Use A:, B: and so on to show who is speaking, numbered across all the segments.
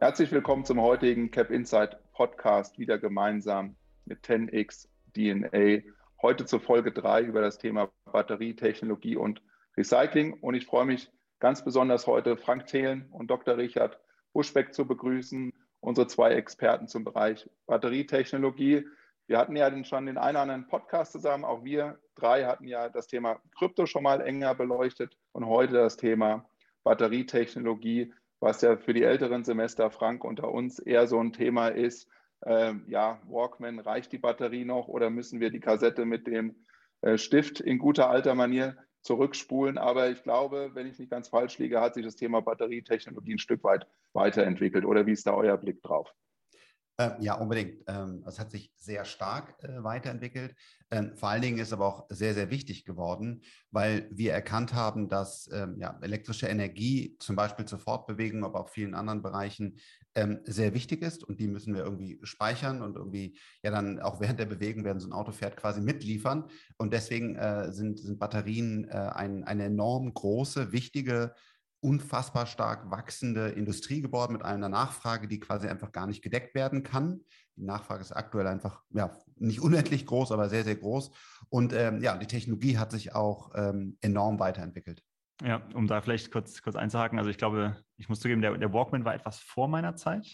A: Herzlich willkommen zum heutigen Cap Insight Podcast, wieder gemeinsam mit 10x DNA. Heute zur Folge 3 über das Thema Batterietechnologie und Recycling. Und ich freue mich ganz besonders heute, Frank Thelen und Dr. Richard Buschbeck zu begrüßen, unsere zwei Experten zum Bereich Batterietechnologie. Wir hatten ja schon den einen oder anderen Podcast zusammen. Auch wir drei hatten ja das Thema Krypto schon mal enger beleuchtet und heute das Thema Batterietechnologie, was ja für die älteren Semester, Frank, unter uns eher so ein Thema ist. Walkman, reicht die Batterie noch oder müssen wir die Kassette mit dem Stift in guter alter Manier zurückspulen? Aber ich glaube, wenn ich nicht ganz falsch liege, hat sich das Thema Batterietechnologie ein Stück weit weiterentwickelt. Oder wie ist da euer Blick drauf?
B: Ja, unbedingt. Es hat sich sehr stark weiterentwickelt. Vor allen Dingen ist aber auch sehr, sehr wichtig geworden, weil wir erkannt haben, dass elektrische Energie zum Beispiel zur Fortbewegung, aber auch vielen anderen Bereichen sehr wichtig ist. Und die müssen wir irgendwie speichern und irgendwie ja dann auch während der Bewegung, während so ein Auto fährt, quasi mitliefern. Und deswegen sind Batterien eine enorm große, wichtige, unfassbar stark wachsende Industrie geworden mit einer Nachfrage, die quasi einfach gar nicht gedeckt werden kann. Die Nachfrage ist aktuell einfach nicht unendlich groß, aber sehr, sehr groß. Und die Technologie hat sich auch enorm weiterentwickelt.
C: Ja, um da vielleicht kurz einzuhaken. Also ich glaube, ich muss zugeben, der Walkman war etwas vor meiner Zeit.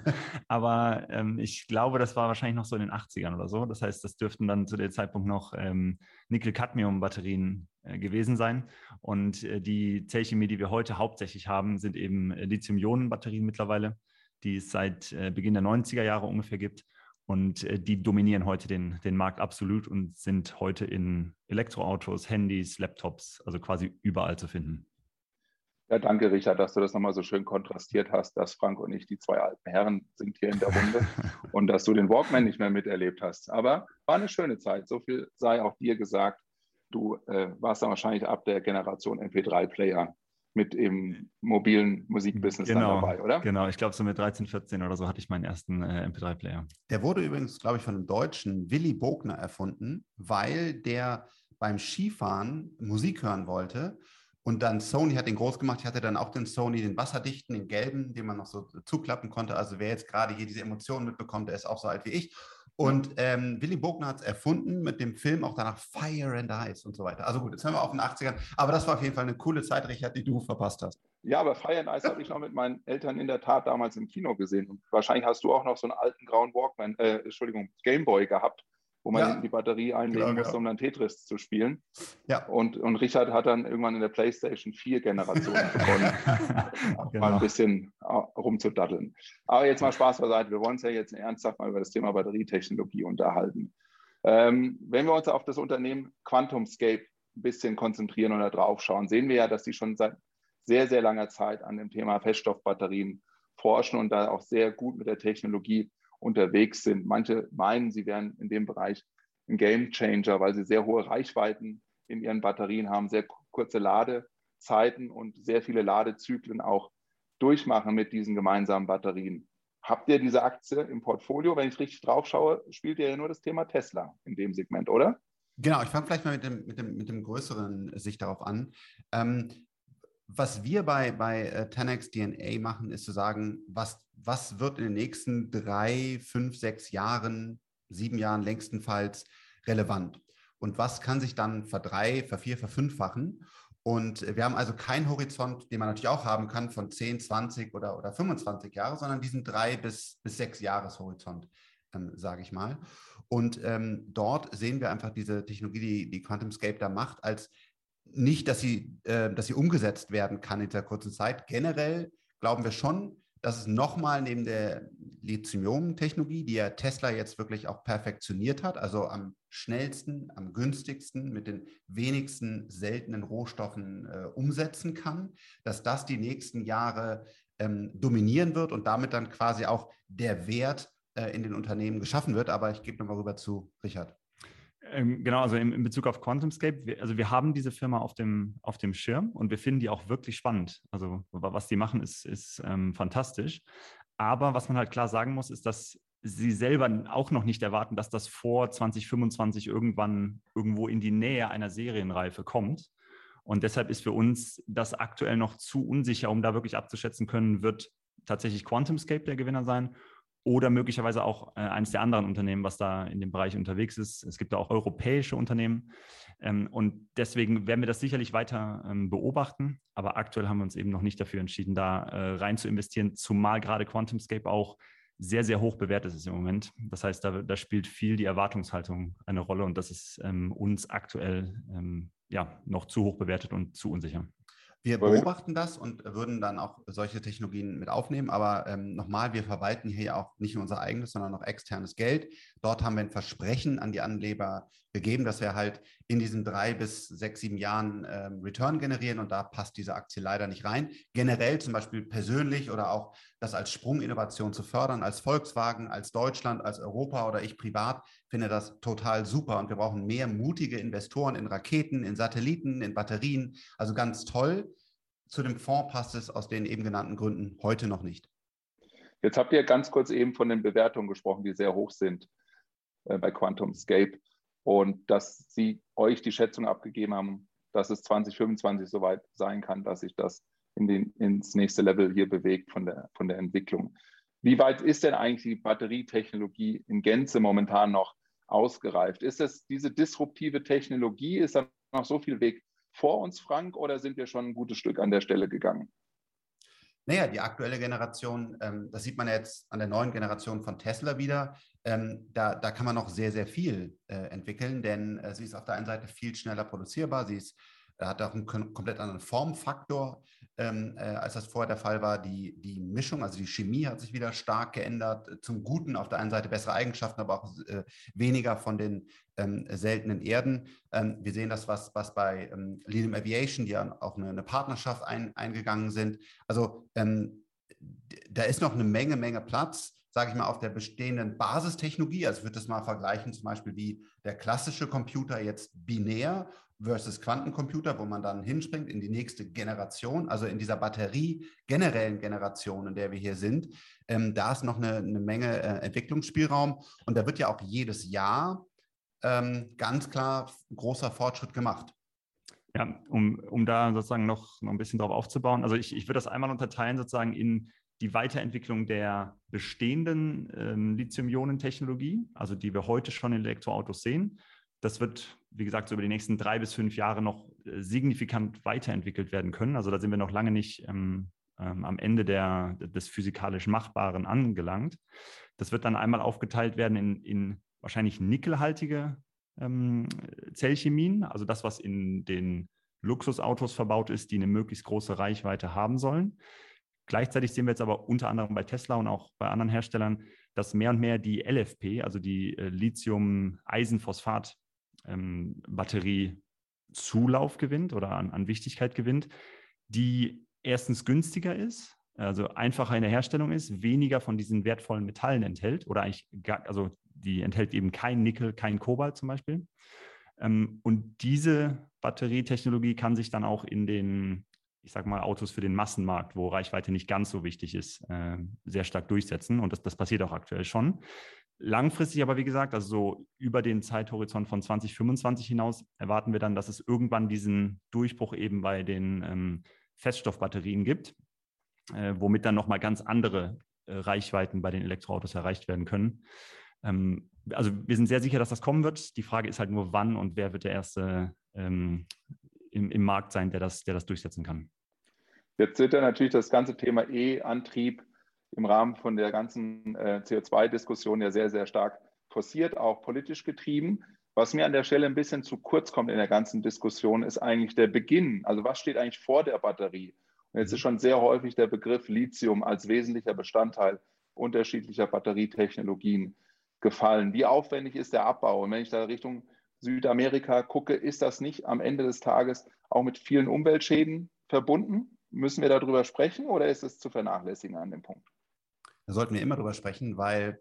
C: Aber ich glaube, das war wahrscheinlich noch so in den 80ern oder so. Das heißt, das dürften dann zu dem Zeitpunkt noch Nickel-Cadmium-Batterien gewesen sein. Und die Zellchemie, die wir heute hauptsächlich haben, sind eben Lithium-Ionen-Batterien mittlerweile, die es seit Beginn der 90er Jahre ungefähr gibt. Und die dominieren heute den Markt absolut und sind heute in Elektroautos, Handys, Laptops, also quasi überall zu finden.
A: Ja, danke, Richard, dass du das nochmal so schön kontrastiert hast, dass Frank und ich die zwei alten Herren sind hier in der Runde und dass du den Walkman nicht mehr miterlebt hast. Aber war eine schöne Zeit, so viel sei auch dir gesagt. Du warst dann wahrscheinlich ab der Generation MP3-Player mit im mobilen Musikbusiness dann dabei, oder?
C: Genau, ich glaube so mit 13, 14 oder so hatte ich meinen ersten MP3-Player.
B: Der wurde übrigens, glaube ich, von einem Deutschen, Willy Bogner, erfunden, weil der beim Skifahren Musik hören wollte. Und dann Sony hat den groß gemacht. Ich hatte dann auch den Sony, den wasserdichten, den gelben, den man noch so zuklappen konnte. Also wer jetzt gerade hier diese Emotionen mitbekommt, der ist auch so alt wie ich. Und Willy Bogner hat es erfunden mit dem Film auch danach Fire and Ice und so weiter. Also gut, jetzt hören wir auf den 80ern. Aber das war auf jeden Fall eine coole Zeit, Richard, die du verpasst hast.
A: Ja, aber Fire and Ice habe ich noch mit meinen Eltern in der Tat damals im Kino gesehen. Und wahrscheinlich hast du auch noch so einen alten grauen Gameboy gehabt, wo man hinten die Batterie einlegen musste, um dann Tetris zu spielen. Ja. Und Richard hat dann irgendwann in der PlayStation 4 Generation begonnen, mal ein bisschen rumzudaddeln. Aber jetzt mal Spaß beiseite. Wir wollen uns ja jetzt ernsthaft mal über das Thema Batterietechnologie unterhalten. Wenn wir uns auf das Unternehmen QuantumScape ein bisschen konzentrieren oder drauf schauen, sehen wir ja, dass die schon seit sehr, sehr langer Zeit an dem Thema Feststoffbatterien forschen und da auch sehr gut mit der Technologie unterwegs sind. Manche meinen, sie wären in dem Bereich ein Gamechanger, weil sie sehr hohe Reichweiten in ihren Batterien haben, sehr kurze Ladezeiten und sehr viele Ladezyklen auch durchmachen mit diesen gemeinsamen Batterien. Habt ihr diese Aktie im Portfolio? Wenn ich richtig drauf schaue, spielt ihr ja nur das Thema Tesla in dem Segment, oder?
B: Genau, ich fange vielleicht mal mit dem größeren Sicht darauf an. Was wir bei 10x DNA machen, ist zu sagen, was wird in den nächsten 3, 5, 6 Jahren, 7 Jahren längstenfalls relevant? Und was kann sich dann verfünffachen? Und wir haben also keinen Horizont, den man natürlich auch haben kann von 10, 20 oder 25 Jahre, sondern diesen 3 bis 6 Jahreshorizont, sage ich mal. Und dort sehen wir einfach diese Technologie, die QuantumScape da macht, als nicht, dass sie umgesetzt werden kann in dieser kurzen Zeit. Generell glauben wir schon, dass es nochmal neben der Lithium-Technologie, die ja Tesla jetzt wirklich auch perfektioniert hat, also am schnellsten, am günstigsten, mit den wenigsten seltenen Rohstoffen umsetzen kann, dass das die nächsten Jahre dominieren wird und damit dann quasi auch der Wert in den Unternehmen geschaffen wird. Aber ich gebe nochmal rüber zu Richard.
C: Genau, also in Bezug auf QuantumScape, wir haben diese Firma auf dem Schirm und wir finden die auch wirklich spannend. Also was die machen, ist fantastisch. Aber was man halt klar sagen muss, ist, dass sie selber auch noch nicht erwarten, dass das vor 2025 irgendwann irgendwo in die Nähe einer Serienreife kommt. Und deshalb ist für uns das aktuell noch zu unsicher, um da wirklich abzuschätzen können, wird tatsächlich QuantumScape der Gewinner sein oder möglicherweise auch eines der anderen Unternehmen, was da in dem Bereich unterwegs ist. Es gibt da auch europäische Unternehmen und deswegen werden wir das sicherlich weiter beobachten, aber aktuell haben wir uns eben noch nicht dafür entschieden, da rein zu investieren, zumal gerade QuantumScape auch sehr, sehr hoch bewertet ist im Moment. Das heißt, da spielt viel die Erwartungshaltung eine Rolle und das ist uns aktuell noch zu hoch bewertet und zu unsicher.
B: Wir beobachten das und würden dann auch solche Technologien mit aufnehmen. Aber nochmal, wir verwalten hier ja auch nicht nur unser eigenes, sondern auch externes Geld. Dort haben wir ein Versprechen an die Anleger gegeben, dass wir halt in diesen 3 bis 6, 7 Jahren Return generieren. Und da passt diese Aktie leider nicht rein. Generell zum Beispiel persönlich oder auch das als Sprunginnovation zu fördern, als Volkswagen, als Deutschland, als Europa oder ich privat, finde das total super. Und wir brauchen mehr mutige Investoren in Raketen, in Satelliten, in Batterien. Also ganz toll. Zu dem Fonds passt es aus den eben genannten Gründen heute noch nicht.
A: Jetzt habt ihr ganz kurz eben von den Bewertungen gesprochen, die sehr hoch sind bei QuantumScape und dass sie euch die Schätzung abgegeben haben, dass es 2025 soweit sein kann, dass sich das ins nächste Level hier bewegt von der Entwicklung. Wie weit ist denn eigentlich die Batterietechnologie in Gänze momentan noch ausgereift? Ist es diese disruptive Technologie? Ist da noch so viel Weg vor uns, Frank, oder sind wir schon ein gutes Stück an der Stelle gegangen?
B: Naja, die aktuelle Generation, das sieht man jetzt an der neuen Generation von Tesla wieder, da kann man noch sehr, sehr viel entwickeln, denn sie ist auf der einen Seite viel schneller produzierbar, sie hat auch einen komplett anderen Formfaktor, als das vorher der Fall war. Die Mischung, also die Chemie hat sich wieder stark geändert, zum Guten, auf der einen Seite bessere Eigenschaften, aber auch weniger von den seltenen Erden. Wir sehen das, was bei Lilium Aviation, die ja auch eine Partnerschaft eingegangen sind. Also da ist noch eine Menge Platz, sage ich mal, auf der bestehenden Basistechnologie. Also ich würde das mal vergleichen, zum Beispiel wie der klassische Computer jetzt binär versus Quantencomputer, wo man dann hinspringt in die nächste Generation, also in dieser Batterie generellen Generation, in der wir hier sind. Da ist noch eine Menge Entwicklungsspielraum und da wird ja auch jedes Jahr ganz klar großer Fortschritt gemacht.
C: Ja, um da sozusagen noch ein bisschen drauf aufzubauen. Also ich würde das einmal unterteilen sozusagen in die Weiterentwicklung der bestehenden Lithium-Ionen-Technologie, also die wir heute schon in Elektroautos sehen. Das wird, wie gesagt, so über die nächsten 3 bis 5 Jahre noch signifikant weiterentwickelt werden können. Also da sind wir noch lange nicht am Ende des physikalisch Machbaren angelangt. Das wird dann einmal aufgeteilt werden in wahrscheinlich nickelhaltige Zellchemien, also das, was in den Luxusautos verbaut ist, die eine möglichst große Reichweite haben sollen. Gleichzeitig sehen wir jetzt aber unter anderem bei Tesla und auch bei anderen Herstellern, dass mehr und mehr die LFP, also die Lithium-Eisenphosphat-Batterie Zulauf gewinnt oder an Wichtigkeit gewinnt, die erstens günstiger ist, also einfacher in der Herstellung ist, weniger von diesen wertvollen Metallen enthält oder eigentlich also die enthält eben kein Nickel, kein Kobalt zum Beispiel. Und diese Batterietechnologie kann sich dann auch in den, ich sage mal, Autos für den Massenmarkt, wo Reichweite nicht ganz so wichtig ist, sehr stark durchsetzen. Und das passiert auch aktuell schon. Langfristig aber, wie gesagt, also so über den Zeithorizont von 2025 hinaus, erwarten wir dann, dass es irgendwann diesen Durchbruch eben bei den Feststoffbatterien gibt, womit dann nochmal ganz andere Reichweiten bei den Elektroautos erreicht werden können. Also wir sind sehr sicher, dass das kommen wird. Die Frage ist halt nur, wann und wer wird der Erste im Markt sein, der das durchsetzen kann.
A: Jetzt wird ja natürlich das ganze Thema E-Antrieb im Rahmen von der ganzen CO2-Diskussion ja sehr, sehr stark forciert, auch politisch getrieben. Was mir an der Stelle ein bisschen zu kurz kommt in der ganzen Diskussion, ist eigentlich der Beginn. Also was steht eigentlich vor der Batterie? Und jetzt ist schon sehr häufig der Begriff Lithium als wesentlicher Bestandteil unterschiedlicher Batterietechnologien gefallen. Wie aufwendig ist der Abbau? Und wenn ich da Richtung Südamerika gucke, ist das nicht am Ende des Tages auch mit vielen Umweltschäden verbunden? Müssen wir darüber sprechen oder ist es zu vernachlässigen an dem Punkt?
B: Da sollten wir immer drüber sprechen, weil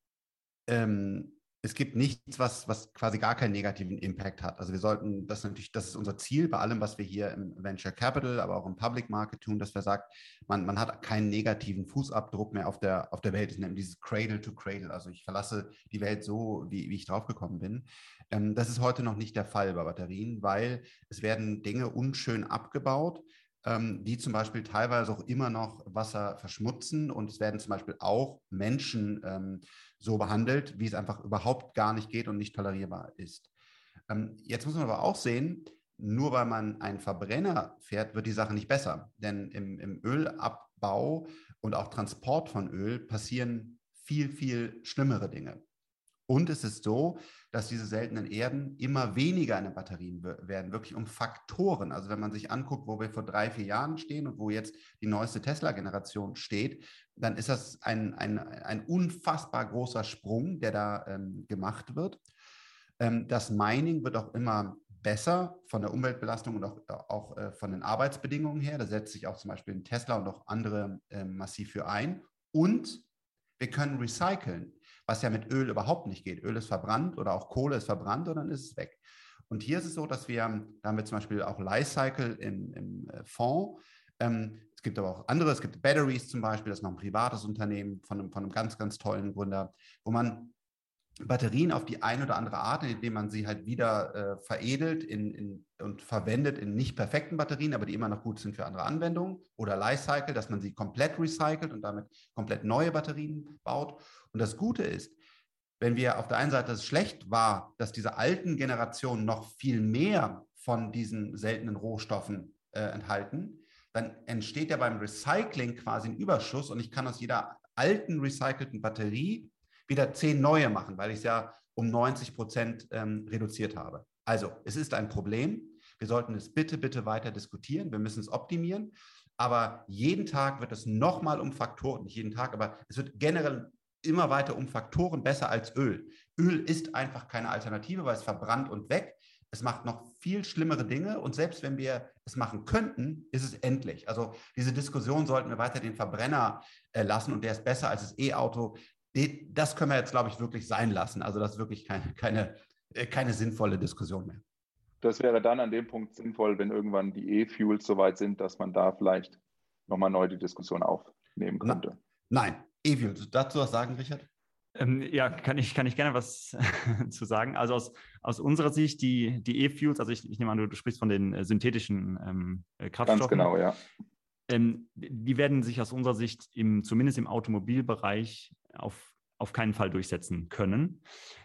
B: es gibt nichts, was quasi gar keinen negativen Impact hat. Also wir sollten das natürlich, das ist unser Ziel bei allem, was wir hier im Venture Capital, aber auch im Public Market tun, dass wir sagen, man hat keinen negativen Fußabdruck mehr auf der Welt. Ich nenne dieses Cradle to Cradle. Also ich verlasse die Welt so, wie ich draufgekommen bin. Das ist heute noch nicht der Fall bei Batterien, weil es werden Dinge unschön abgebaut, die zum Beispiel teilweise auch immer noch Wasser verschmutzen und es werden zum Beispiel auch Menschen so behandelt, wie es einfach überhaupt gar nicht geht und nicht tolerierbar ist. Jetzt muss man aber auch sehen, nur weil man einen Verbrenner fährt, wird die Sache nicht besser. Denn im Ölabbau und auch Transport von Öl passieren viel, viel schlimmere Dinge. Und es ist so, dass diese seltenen Erden immer weniger in den Batterien werden, wirklich um Faktoren. Also wenn man sich anguckt, wo wir vor 3, 4 Jahren stehen und wo jetzt die neueste Tesla-Generation steht, dann ist das ein unfassbar großer Sprung, der da gemacht wird. Das Mining wird auch immer besser von der Umweltbelastung und auch von den Arbeitsbedingungen her. Da setzt sich auch zum Beispiel ein Tesla und auch andere massiv für ein. Und wir können recyceln, was ja mit Öl überhaupt nicht geht. Öl ist verbrannt oder auch Kohle ist verbrannt und dann ist es weg. Und hier ist es so, dass da haben wir zum Beispiel auch Lifecycle im Fonds. Es gibt aber auch andere, es gibt Batteries zum Beispiel, das ist noch ein privates Unternehmen von einem ganz, ganz tollen Gründer, wo man Batterien auf die eine oder andere Art, indem man sie halt wieder veredelt und verwendet in nicht perfekten Batterien, aber die immer noch gut sind für andere Anwendungen. Oder Lifecycle, dass man sie komplett recycelt und damit komplett neue Batterien baut. Und das Gute ist, wenn wir auf der einen Seite es schlecht war, dass diese alten Generationen noch viel mehr von diesen seltenen Rohstoffen enthalten, dann entsteht ja beim Recycling quasi ein Überschuss und ich kann aus jeder alten recycelten Batterie wieder 10 neue machen, weil ich es ja um 90% reduziert habe. Also, es ist ein Problem. Wir sollten es bitte, bitte weiter diskutieren. Wir müssen es optimieren. Aber jeden Tag wird es nochmal um Faktoren, nicht jeden Tag, aber es wird generell immer weiter um Faktoren besser als Öl. Öl ist einfach keine Alternative, weil es verbrannt und weg. Es macht noch viel schlimmere Dinge und selbst wenn wir es machen könnten, ist es endlich. Also diese Diskussion sollten wir weiter den Verbrenner lassen und der ist besser als das E-Auto. Das können wir jetzt, glaube ich, wirklich sein lassen. Also das ist wirklich keine sinnvolle Diskussion mehr.
A: Das wäre dann an dem Punkt sinnvoll, wenn irgendwann die E-Fuels so weit sind, dass man da vielleicht nochmal neu die Diskussion aufnehmen könnte.
B: Nein, E-Fuels. Dazu was sagen, Richard?
C: Ja, kann ich gerne was zu sagen. Also aus unserer Sicht, die E-Fuels, also ich nehme an, du sprichst von den synthetischen Kraftstoffen.
A: Ganz genau, ja.
C: Die werden sich aus unserer Sicht zumindest im Automobilbereich auf keinen Fall durchsetzen können.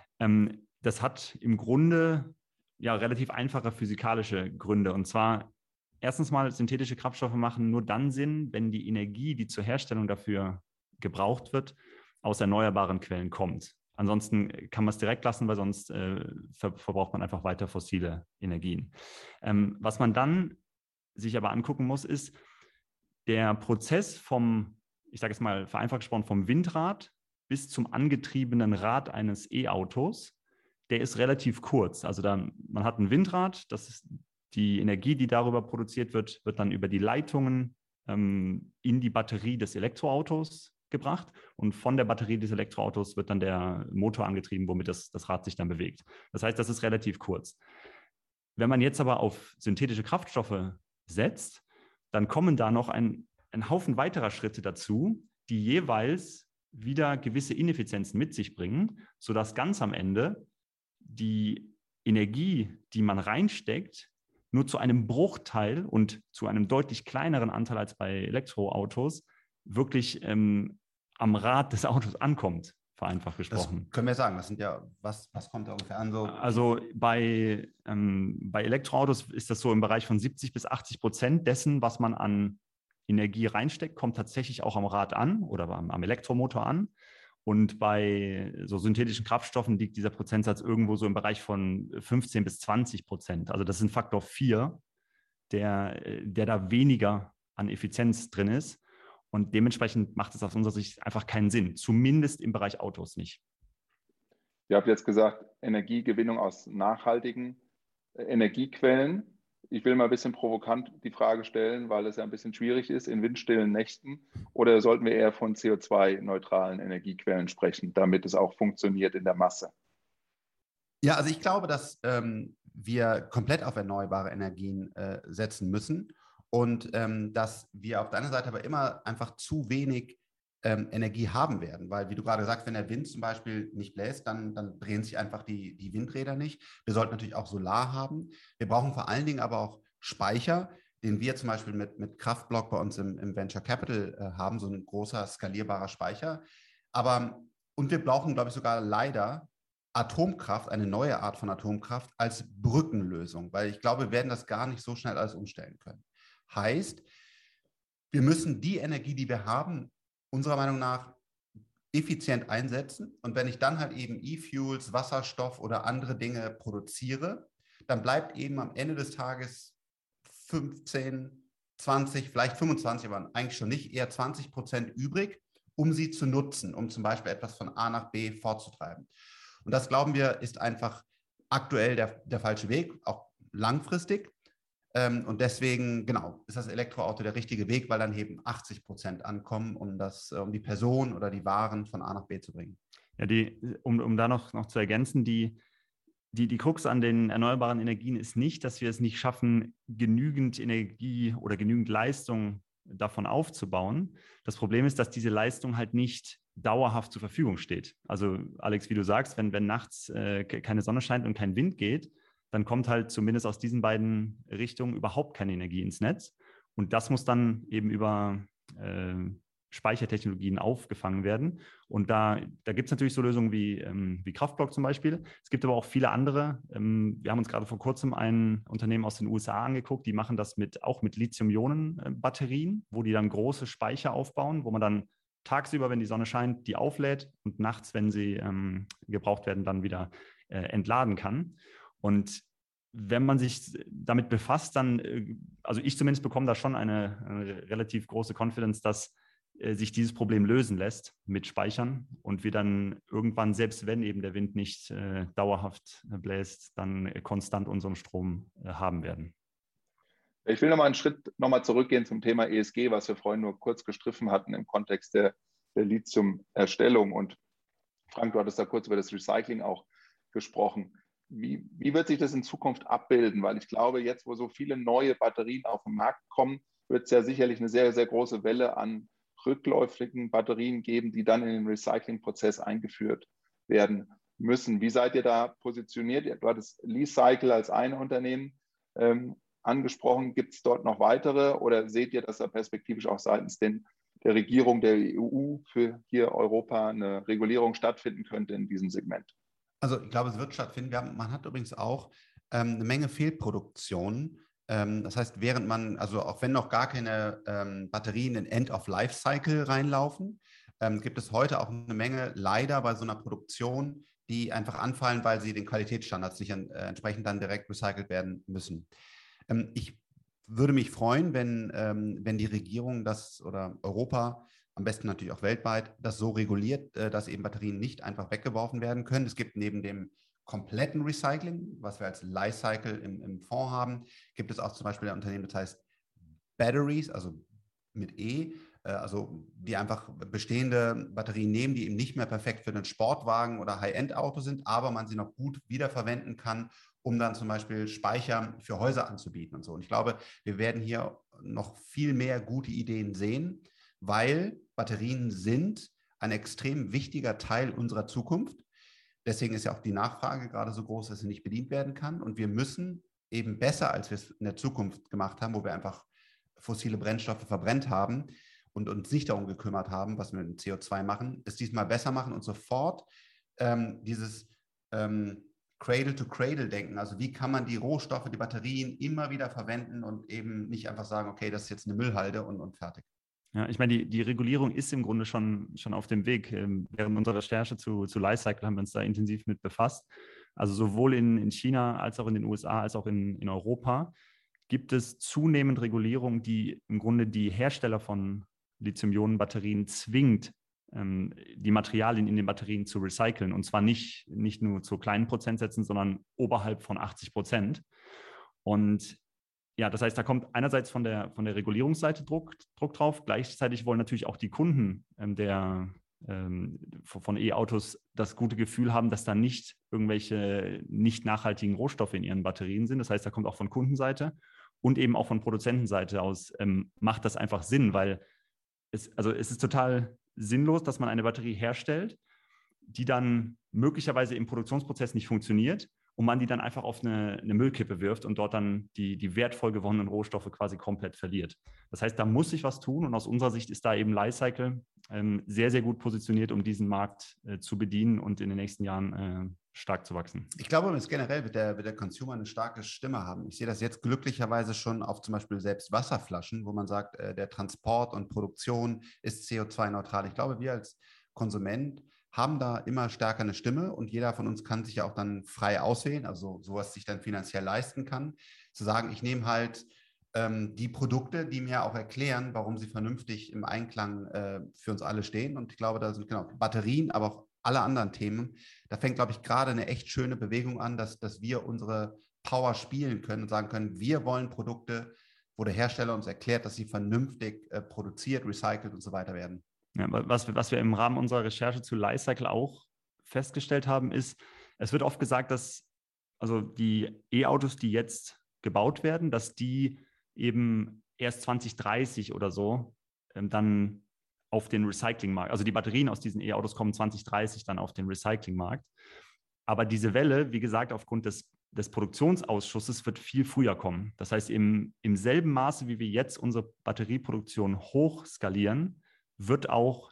C: Das hat im Grunde ja relativ einfache physikalische Gründe. Und zwar erstens mal, synthetische Kraftstoffe machen nur dann Sinn, wenn die Energie, die zur Herstellung dafür gebraucht wird, aus erneuerbaren Quellen kommt. Ansonsten kann man es direkt lassen, weil sonst verbraucht man einfach weiter fossile Energien. Was man dann sich aber angucken muss, ist der Prozess ich sage jetzt mal vereinfacht gesprochen, vom Windrad bis zum angetriebenen Rad eines E-Autos, der ist relativ kurz. Also man hat ein Windrad, das ist die Energie, die darüber produziert wird, wird dann über die Leitungen in die Batterie des Elektroautos gebracht und von der Batterie des Elektroautos wird dann der Motor angetrieben, womit das Rad sich dann bewegt. Das heißt, das ist relativ kurz. Wenn man jetzt aber auf synthetische Kraftstoffe setzt, dann kommen da noch ein Haufen weiterer Schritte dazu, die jeweils wieder gewisse Ineffizienzen mit sich bringen, sodass ganz am Ende die Energie, die man reinsteckt, nur zu einem Bruchteil und zu einem deutlich kleineren Anteil als bei Elektroautos wirklich am Rad des Autos ankommt, vereinfacht gesprochen.
B: Das können wir sagen, das sind ja, was kommt da ungefähr an?
C: Also bei Elektroautos ist das so im Bereich von 70-80% dessen, was man an Energie reinsteckt, kommt tatsächlich auch am Rad an oder am Elektromotor an. Und bei so synthetischen Kraftstoffen liegt dieser Prozentsatz irgendwo so im Bereich von 15-20%. Also das ist ein Faktor 4, der da weniger an Effizienz drin ist. Und dementsprechend macht es aus unserer Sicht einfach keinen Sinn, zumindest im Bereich Autos nicht.
A: Ihr habt jetzt gesagt, Energiegewinnung aus nachhaltigen Energiequellen. Ich will mal ein bisschen provokant die Frage stellen, weil es ja ein bisschen schwierig ist in windstillen Nächten. Oder sollten wir eher von CO2-neutralen Energiequellen sprechen, damit es auch funktioniert in der Masse?
B: Ja, also ich glaube, dass wir komplett auf erneuerbare Energien setzen müssen und dass wir auf der anderen Seite aber immer einfach zu wenig Energie haben werden, weil, wie du gerade sagst, wenn der Wind zum Beispiel nicht bläst, dann drehen sich einfach die Windräder nicht. Wir sollten natürlich auch Solar haben. Wir brauchen vor allen Dingen aber auch Speicher. den wir zum Beispiel mit Kraftblock bei uns im Venture Capital haben, so ein großer skalierbarer Speicher. Und wir brauchen, glaube ich, sogar leider Atomkraft, eine neue Art von Atomkraft als Brückenlösung, weil ich glaube, wir werden das gar nicht so schnell alles umstellen können. Heißt, wir müssen die Energie, die wir haben, unserer Meinung nach effizient einsetzen. Und wenn ich dann halt eben E-Fuels, Wasserstoff oder andere Dinge produziere, dann bleibt eben am Ende des Tages 15, 20, vielleicht 25, aber eigentlich schon nicht, eher 20% übrig, um sie zu nutzen, um zum Beispiel etwas von A nach B vorzutreiben. Und das, glauben wir, ist einfach aktuell der falsche Weg, auch langfristig. Und deswegen, genau, ist das Elektroauto der richtige Weg, weil dann eben 80% ankommen, um die Person oder die Waren von A nach B zu bringen.
C: Ja, um da noch zu ergänzen, die Krux an den erneuerbaren Energien ist nicht, dass wir es nicht schaffen, genügend Energie oder genügend Leistung davon aufzubauen. Das Problem ist, dass diese Leistung halt nicht dauerhaft zur Verfügung steht. Also Alex, wie du sagst, wenn nachts keine Sonne scheint und kein Wind geht, dann kommt halt zumindest aus diesen beiden Richtungen überhaupt keine Energie ins Netz. Und das muss dann eben über Speichertechnologien aufgefangen werden. Und da gibt es natürlich so Lösungen wie Kraftblock zum Beispiel. Es gibt aber auch viele andere. Wir haben uns gerade vor kurzem ein Unternehmen aus den USA angeguckt, die machen das auch mit Lithium-Ionen-Batterien, wo die dann große Speicher aufbauen, wo man dann tagsüber, wenn die Sonne scheint, die auflädt und nachts, wenn sie gebraucht werden, dann wieder entladen kann. Und wenn man sich damit befasst, dann, also ich zumindest bekomme da schon eine relativ große Confidence, dass sich dieses Problem lösen lässt mit Speichern und wir dann irgendwann, selbst wenn eben der Wind nicht dauerhaft bläst, dann konstant unseren Strom haben werden.
A: Ich will nochmal einen Schritt zurückgehen zum Thema ESG, was wir vorhin nur kurz gestriffen hatten im Kontext der Lithium-Erstellung. Und Frank, du hattest da kurz über das Recycling auch gesprochen. Wie wird sich das in Zukunft abbilden? Weil ich glaube, jetzt, wo so viele neue Batterien auf den Markt kommen, wird es ja sicherlich eine sehr, sehr große Welle an rückläufigen Batterien geben, die dann in den Recyclingprozess eingeführt werden müssen. Wie seid ihr da positioniert? Du hattest Li-Cycle als ein Unternehmen angesprochen. Gibt es dort noch weitere oder seht ihr, dass da perspektivisch auch seitens der Regierung der EU für hier Europa eine Regulierung stattfinden könnte in diesem Segment?
B: Also ich glaube, es wird stattfinden. Man hat übrigens auch eine Menge Fehlproduktionen. Das heißt, während man, also auch wenn noch gar keine Batterien in End-of-Life-Cycle reinlaufen, gibt es heute auch eine Menge leider bei so einer Produktion, die einfach anfallen, weil sie den Qualitätsstandards nicht entsprechend dann direkt recycelt werden müssen. Ich würde mich freuen, wenn die Regierung das oder Europa, am besten natürlich auch weltweit, das so reguliert, dass eben Batterien nicht einfach weggeworfen werden können. Es gibt neben dem kompletten Recycling, was wir als Li-Cycle im Fonds haben, gibt es auch zum Beispiel ein Unternehmen, das heißt Batteries, also mit E, also die einfach bestehende Batterien nehmen, die eben nicht mehr perfekt für den Sportwagen oder High-End-Auto sind, aber man sie noch gut wiederverwenden kann, um dann zum Beispiel Speicher für Häuser anzubieten und so. Und ich glaube, wir werden hier noch viel mehr gute Ideen sehen, weil Batterien sind ein extrem wichtiger Teil unserer Zukunft. Deswegen ist ja auch die Nachfrage gerade so groß, dass sie nicht bedient werden kann. Und wir müssen eben besser, als wir es in der Zukunft gemacht haben, wo wir einfach fossile Brennstoffe verbrennt haben und uns nicht darum gekümmert haben, was wir mit dem CO2 machen, es diesmal besser machen und sofort dieses Cradle-to-Cradle-Denken, also wie kann man die Rohstoffe, die Batterien immer wieder verwenden und eben nicht einfach sagen, okay, das ist jetzt eine Müllhalde und fertig.
C: Ja, ich meine, die Regulierung ist im Grunde schon auf dem Weg. Während unserer Recherche zu Li-Cycle haben wir uns da intensiv mit befasst. Also sowohl in China als auch in den USA als auch in Europa gibt es zunehmend Regulierung, die im Grunde die Hersteller von Lithium-Ionen-Batterien zwingt, die Materialien in den Batterien zu recyceln. Und zwar nicht nur zu kleinen Prozentsätzen, sondern oberhalb von 80%. Und ja, das heißt, da kommt einerseits von der Regulierungsseite Druck drauf. Gleichzeitig wollen natürlich auch die Kunden von E-Autos das gute Gefühl haben, dass da nicht irgendwelche nicht nachhaltigen Rohstoffe in ihren Batterien sind. Das heißt, da kommt auch von Kundenseite und eben auch von Produzentenseite aus macht das einfach Sinn, weil es ist total sinnlos, dass man eine Batterie herstellt, die dann möglicherweise im Produktionsprozess nicht funktioniert und man die dann einfach auf eine Müllkippe wirft und dort dann die wertvoll gewonnenen Rohstoffe quasi komplett verliert. Das heißt, da muss sich was tun und aus unserer Sicht ist da eben Li-Cycle sehr, sehr gut positioniert, um diesen Markt zu bedienen und in den nächsten Jahren stark zu wachsen.
B: Ich glaube, es generell wird der Consumer eine starke Stimme haben. Ich sehe das jetzt glücklicherweise schon auf zum Beispiel selbst Wasserflaschen, wo man sagt, der Transport und Produktion ist CO2-neutral. Ich glaube, wir als Konsument haben da immer stärker eine Stimme und jeder von uns kann sich ja auch dann frei auswählen, also sowas sich dann finanziell leisten kann, zu sagen, ich nehme halt die Produkte, die mir auch erklären, warum sie vernünftig im Einklang für uns alle stehen. Und ich glaube, da sind genau Batterien, aber auch alle anderen Themen. Da fängt, glaube ich, gerade eine echt schöne Bewegung an, dass wir unsere Power spielen können und sagen können, wir wollen Produkte, wo der Hersteller uns erklärt, dass sie vernünftig produziert, recycelt und so weiter werden.
C: Ja, was wir im Rahmen unserer Recherche zu Li-Cycle auch festgestellt haben, ist, es wird oft gesagt, dass also die E-Autos, die jetzt gebaut werden, dass die eben erst 2030 oder so dann auf den Recyclingmarkt, also die Batterien aus diesen E-Autos kommen 2030 dann auf den Recyclingmarkt. Aber diese Welle, wie gesagt, aufgrund des Produktionsausschusses wird viel früher kommen. Das heißt, im selben Maße, wie wir jetzt unsere Batterieproduktion hochskalieren, wird auch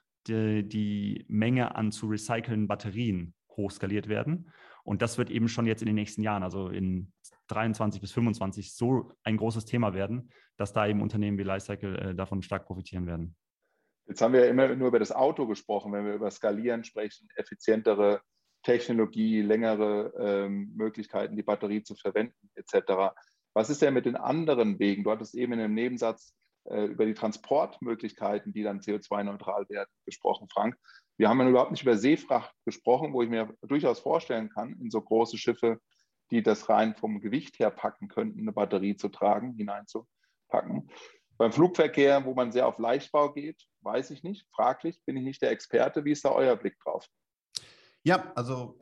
C: die Menge an zu recycelnden Batterien hochskaliert werden. Und das wird eben schon jetzt in den nächsten Jahren, also in 23 bis 25, so ein großes Thema werden, dass da eben Unternehmen wie Li-Cycle davon stark profitieren werden.
A: Jetzt haben wir ja immer nur über das Auto gesprochen, wenn wir über Skalieren sprechen, effizientere Technologie, längere Möglichkeiten, die Batterie zu verwenden etc. Was ist denn mit den anderen Wegen? Du hattest eben in einem Nebensatz über die Transportmöglichkeiten, die dann CO2-neutral werden, gesprochen, Frank. Wir haben ja überhaupt nicht über Seefracht gesprochen, wo ich mir durchaus vorstellen kann, in so große Schiffe, die das rein vom Gewicht her packen könnten, eine Batterie zu tragen, hineinzupacken. Beim Flugverkehr, wo man sehr auf Leichtbau geht, weiß ich nicht, fraglich, bin ich nicht der Experte. Wie ist da euer Blick drauf?
B: Ja, also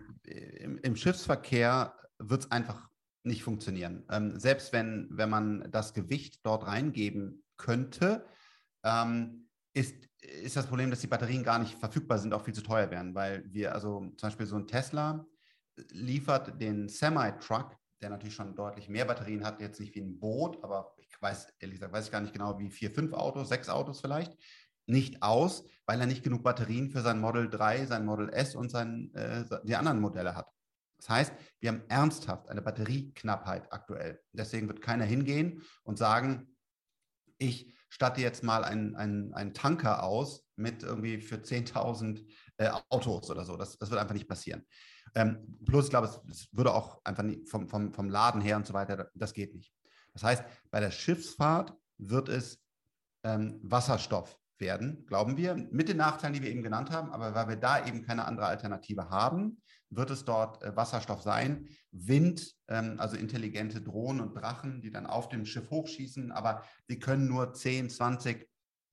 B: im Schiffsverkehr wird es einfach nicht funktionieren. Selbst wenn man das Gewicht dort reingeben könnte, ist das Problem, dass die Batterien gar nicht verfügbar sind, auch viel zu teuer wären, weil wir, also zum Beispiel so ein Tesla liefert den Semi-Truck, der natürlich schon deutlich mehr Batterien hat, jetzt nicht wie ein Boot, aber ich weiß, ehrlich gesagt, weiß ich gar nicht genau, wie 4, 5 Autos, 6 Autos vielleicht, nicht aus, weil er nicht genug Batterien für sein Model 3, sein Model S und die anderen Modelle hat. Das heißt, wir haben ernsthaft eine Batterieknappheit aktuell. Deswegen wird keiner hingehen und sagen, ich statte jetzt mal einen Tanker aus mit irgendwie für 10.000 Autos oder so. Das wird einfach nicht passieren. Plus, ich glaube, es würde auch einfach nicht vom Laden her und so weiter, das geht nicht. Das heißt, bei der Schiffsfahrt wird es Wasserstoff werden, glauben wir, mit den Nachteilen, die wir eben genannt haben, aber weil wir da eben keine andere Alternative haben, wird es dort Wasserstoff sein. Wind, also intelligente Drohnen und Drachen, die dann auf dem Schiff hochschießen, aber die können nur 10, 20%,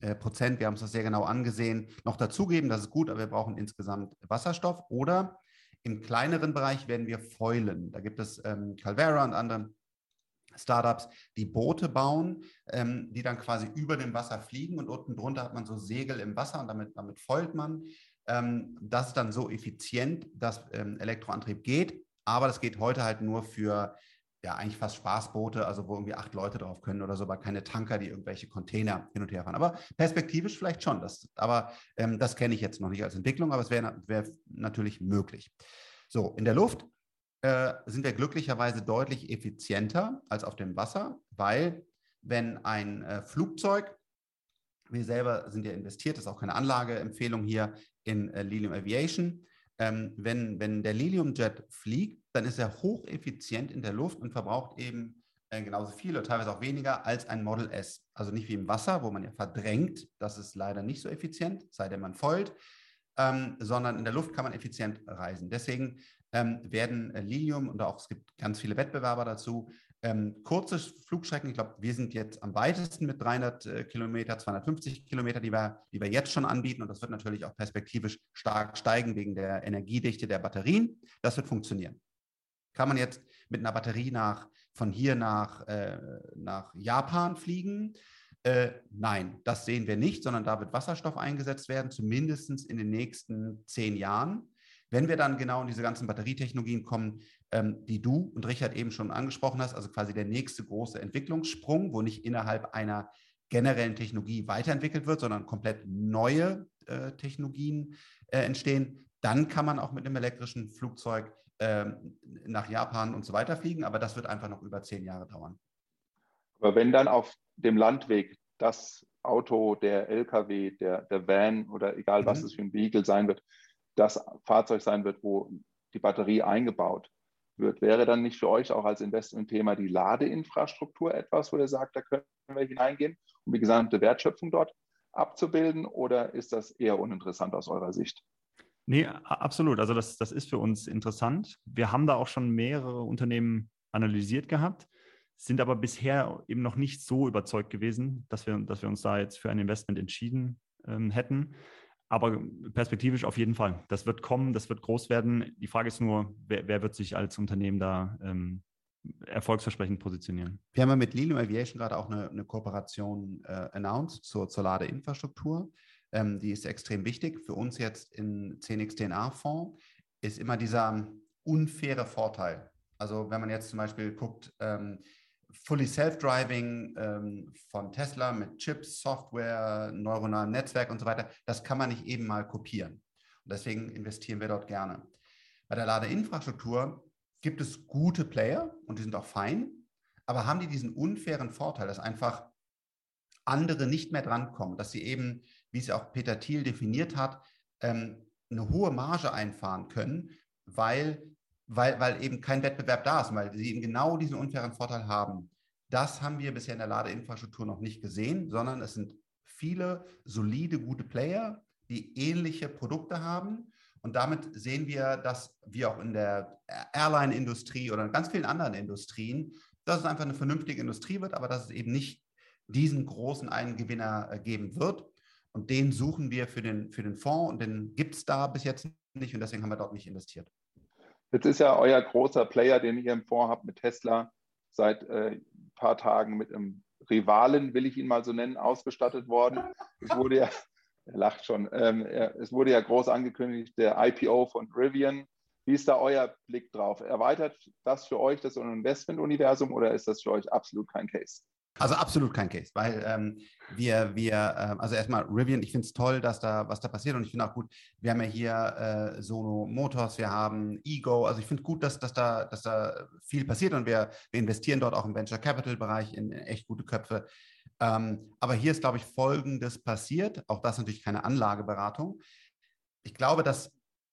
B: wir haben es das sehr genau angesehen, noch dazugeben. Das ist gut, aber wir brauchen insgesamt Wasserstoff. Oder im kleineren Bereich werden wir foilen. Da gibt es Calvera und andere Startups, die Boote bauen, die dann quasi über dem Wasser fliegen und unten drunter hat man so Segel im Wasser und damit foilt man. Das ist dann so effizient, dass Elektroantrieb geht, aber das geht heute halt nur für ja eigentlich fast Spaßboote, also wo irgendwie 8 Leute drauf können oder so, aber keine Tanker, die irgendwelche Container hin und her fahren. Aber perspektivisch vielleicht schon. Das kenne ich jetzt noch nicht als Entwicklung, aber es wäre natürlich möglich. So, in der Luft sind wir glücklicherweise deutlich effizienter als auf dem Wasser, weil wenn ein Flugzeug, wir selber sind ja investiert, das ist auch keine Anlageempfehlung hier in Lilium Aviation, wenn der Lilium-Jet fliegt, dann ist er hocheffizient in der Luft und verbraucht eben genauso viel oder teilweise auch weniger als ein Model S. Also nicht wie im Wasser, wo man ja verdrängt, das ist leider nicht so effizient, sei denn man foilt, sondern in der Luft kann man effizient reisen. Deswegen werden Lilium und auch es gibt ganz viele Wettbewerber dazu, kurze Flugstrecken, ich glaube, wir sind jetzt am weitesten mit 300 Kilometer, 250 Kilometer, die wir jetzt schon anbieten und das wird natürlich auch perspektivisch stark steigen wegen der Energiedichte der Batterien. Das wird funktionieren. Kann man jetzt mit einer Batterie von hier nach Japan fliegen? Nein, das sehen wir nicht, sondern da wird Wasserstoff eingesetzt werden, zumindest in den nächsten 10 Jahren. Wenn wir dann genau in diese ganzen Batterietechnologien kommen, die du und Richard eben schon angesprochen hast, also quasi der nächste große Entwicklungssprung, wo nicht innerhalb einer generellen Technologie weiterentwickelt wird, sondern komplett neue Technologien entstehen, dann kann man auch mit einem elektrischen Flugzeug nach Japan und so weiter fliegen, aber das wird einfach noch über 10 Jahre dauern.
A: Aber wenn dann auf dem Landweg das Auto, der LKW, der Van oder egal was es für ein Vehikel sein wird, das Fahrzeug sein wird, wo die Batterie eingebaut wird, wäre dann nicht für euch auch als Investmentthema die Ladeinfrastruktur etwas, wo ihr sagt, da können wir hineingehen, um die gesamte Wertschöpfung dort abzubilden, oder ist das eher uninteressant aus eurer Sicht?
C: Nee, absolut. Also das ist für uns interessant. Wir haben da auch schon mehrere Unternehmen analysiert gehabt, sind aber bisher eben noch nicht so überzeugt gewesen, dass wir uns da jetzt für ein Investment entschieden hätten. Aber perspektivisch auf jeden Fall. Das wird kommen, das wird groß werden. Die Frage ist nur, wer wird sich als Unternehmen da erfolgsversprechend positionieren?
B: Wir haben ja mit Lilium Aviation gerade auch eine Kooperation announced zur Ladeinfrastruktur. Die ist extrem wichtig. Für uns jetzt im 10x10A-Fonds ist immer dieser unfaire Vorteil. Also wenn man jetzt zum Beispiel guckt, Fully Self-Driving von Tesla mit Chips, Software, neuronalem Netzwerk und so weiter, das kann man nicht eben mal kopieren. Und deswegen investieren wir dort gerne. Bei der Ladeinfrastruktur gibt es gute Player und die sind auch fein, aber haben die diesen unfairen Vorteil, dass einfach andere nicht mehr drankommen, dass sie eben, wie es ja auch Peter Thiel definiert hat, eine hohe Marge einfahren können, weil eben kein Wettbewerb da ist, weil sie eben genau diesen unfairen Vorteil haben. Das haben wir bisher in der Ladeinfrastruktur noch nicht gesehen, sondern es sind viele solide, gute Player, die ähnliche Produkte haben. Und damit sehen wir, dass wir auch in der Airline-Industrie oder in ganz vielen anderen Industrien, dass es einfach eine vernünftige Industrie wird, aber dass es eben nicht diesen großen einen Gewinner geben wird. Und den suchen wir für den Fonds und den gibt es da bis jetzt nicht und deswegen haben wir dort nicht investiert.
A: Jetzt ist ja euer großer Player, den ihr im Fonds habt mit Tesla, seit ein paar Tagen mit einem Rivalen, will ich ihn mal so nennen, ausgestattet worden. Es wurde ja, er lacht schon, es wurde ja groß angekündigt, der IPO von Rivian. Wie ist da euer Blick drauf? Erweitert das für euch das Investment-Universum oder ist das für euch absolut kein Case?
B: Also absolut kein Case, weil also erstmal Rivian, ich finde es toll, was da passiert und ich finde auch gut, wir haben ja hier Sono Motors, wir haben Ego, also ich finde gut, dass da viel passiert und wir investieren dort auch im Venture Capital Bereich in echt gute Köpfe. Aber hier ist, glaube ich, Folgendes passiert, auch das natürlich keine Anlageberatung. Ich glaube, dass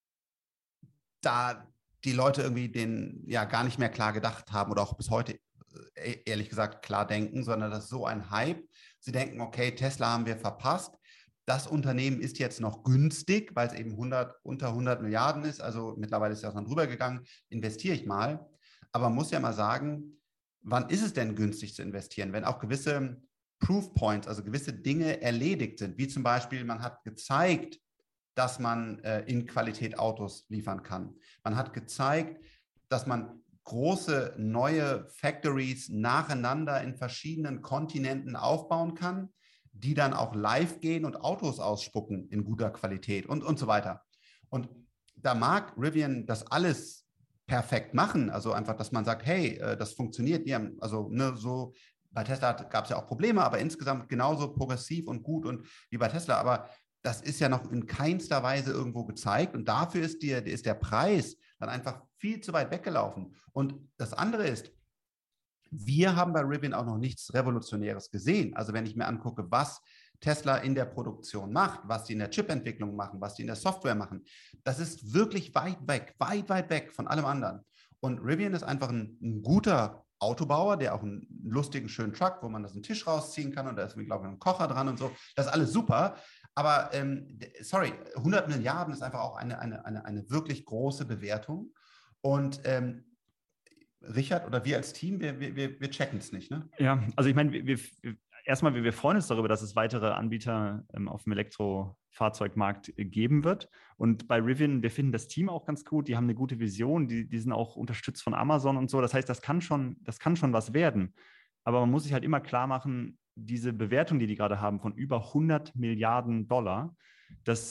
B: da die Leute irgendwie den ja gar nicht mehr klar gedacht haben oder auch bis heute ehrlich gesagt klar denken, sondern das ist so ein Hype. Sie denken, okay, Tesla haben wir verpasst. Das Unternehmen ist jetzt noch günstig, weil es eben unter 100 Milliarden ist. Also mittlerweile ist das dann drüber gegangen. Investiere ich mal. Aber man muss ja mal sagen, wann ist es denn günstig zu investieren? Wenn auch gewisse Proof Points, also gewisse Dinge erledigt sind, wie zum Beispiel, man hat gezeigt, dass man in Qualität Autos liefern kann. Man hat gezeigt, dass man große neue Factories nacheinander in verschiedenen Kontinenten aufbauen kann, die dann auch live gehen und Autos ausspucken in guter Qualität und so weiter. Und da mag Rivian das alles perfekt machen, also einfach, dass man sagt, hey, das funktioniert, die haben, also so bei Tesla gab es ja auch Probleme, aber insgesamt genauso progressiv und gut und wie bei Tesla, aber das ist ja noch in keinster Weise irgendwo gezeigt und dafür ist der Preis dann einfach viel zu weit weggelaufen. Und das andere ist, wir haben bei Rivian auch noch nichts Revolutionäres gesehen. Also wenn ich mir angucke, was Tesla in der Produktion macht, was die in der Chipentwicklung machen, was die in der Software machen, das ist wirklich weit weg von allem anderen. Und Rivian ist einfach ein guter Autobauer, der auch einen lustigen, schönen Truck, wo man das einen Tisch rausziehen kann und da ist, glaube ich, ein Kocher dran und so. Das ist alles super. Aber 100 Milliarden ist einfach auch eine wirklich große Bewertung. Und Richard oder wir als Team, wir checken es nicht, ne?
C: Ja, also ich meine, wir freuen uns darüber, dass es weitere Anbieter auf dem Elektrofahrzeugmarkt geben wird. Und bei Rivian, wir finden das Team auch ganz gut. Die haben eine gute Vision. Die sind auch unterstützt von Amazon und so. Das heißt, das kann schon was werden. Aber man muss sich halt immer klar machen, diese Bewertung, die gerade haben von über 100 Milliarden $, das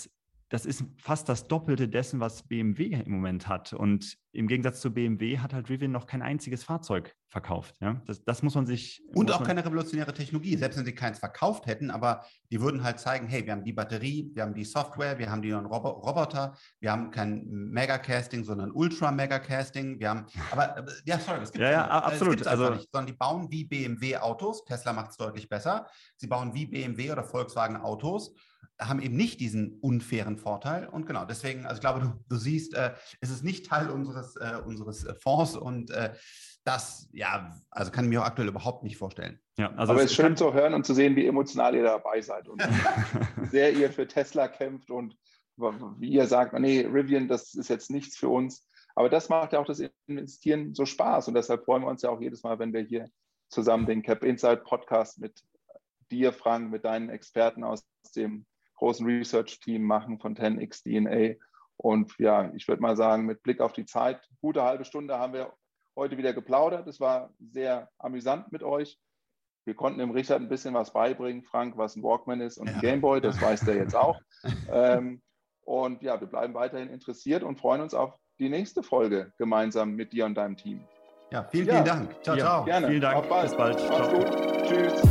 C: das ist fast das Doppelte dessen, was BMW im Moment hat. Und im Gegensatz zu BMW hat halt Rivian noch kein einziges Fahrzeug verkauft. Ja? Das muss man sich...
B: Und auch keine revolutionäre Technologie, selbst wenn sie keins verkauft hätten, aber die würden halt zeigen, hey, wir haben die Batterie, wir haben die Software, wir haben die neuen Roboter, wir haben kein Megacasting, sondern Ultra-Megacasting, wir haben... Aber, ja, sorry, es gibt
C: absolut.
B: Es einfach nicht, sondern die bauen wie BMW Autos, Tesla macht es deutlich besser, sie bauen wie BMW oder Volkswagen Autos, haben eben nicht diesen unfairen Vorteil. Und genau, deswegen, also ich glaube, du siehst, es ist nicht Teil unseres Fonds und das, ja, also kann ich mir auch aktuell überhaupt nicht vorstellen.
A: Ja, also aber es ist schön zu hören und zu sehen, wie emotional ihr dabei seid und wie sehr ihr für Tesla kämpft und wie ihr sagt, nee, Rivian, das ist jetzt nichts für uns. Aber das macht ja auch das Investieren so Spaß und deshalb freuen wir uns ja auch jedes Mal, wenn wir hier zusammen den Cap Insight Podcast mit dir, Frank, mit deinen Experten aus dem großen Research-Team machen von 10x DNA. Und ja, ich würde mal sagen, mit Blick auf die Zeit, gute halbe Stunde haben wir heute wieder geplaudert. Es war sehr amüsant mit euch. Wir konnten dem Richard ein bisschen was beibringen, Frank, was ein Walkman ist und ein Gameboy, das weiß der jetzt auch. Und ja, wir bleiben weiterhin interessiert und freuen uns auf die nächste Folge gemeinsam mit dir und deinem Team.
B: Ja, vielen Dank.
A: Ciao, ciao. Gerne.
C: Vielen Dank.
A: Auf bald.
C: Bis bald.
A: Macht's gut. Tschüss.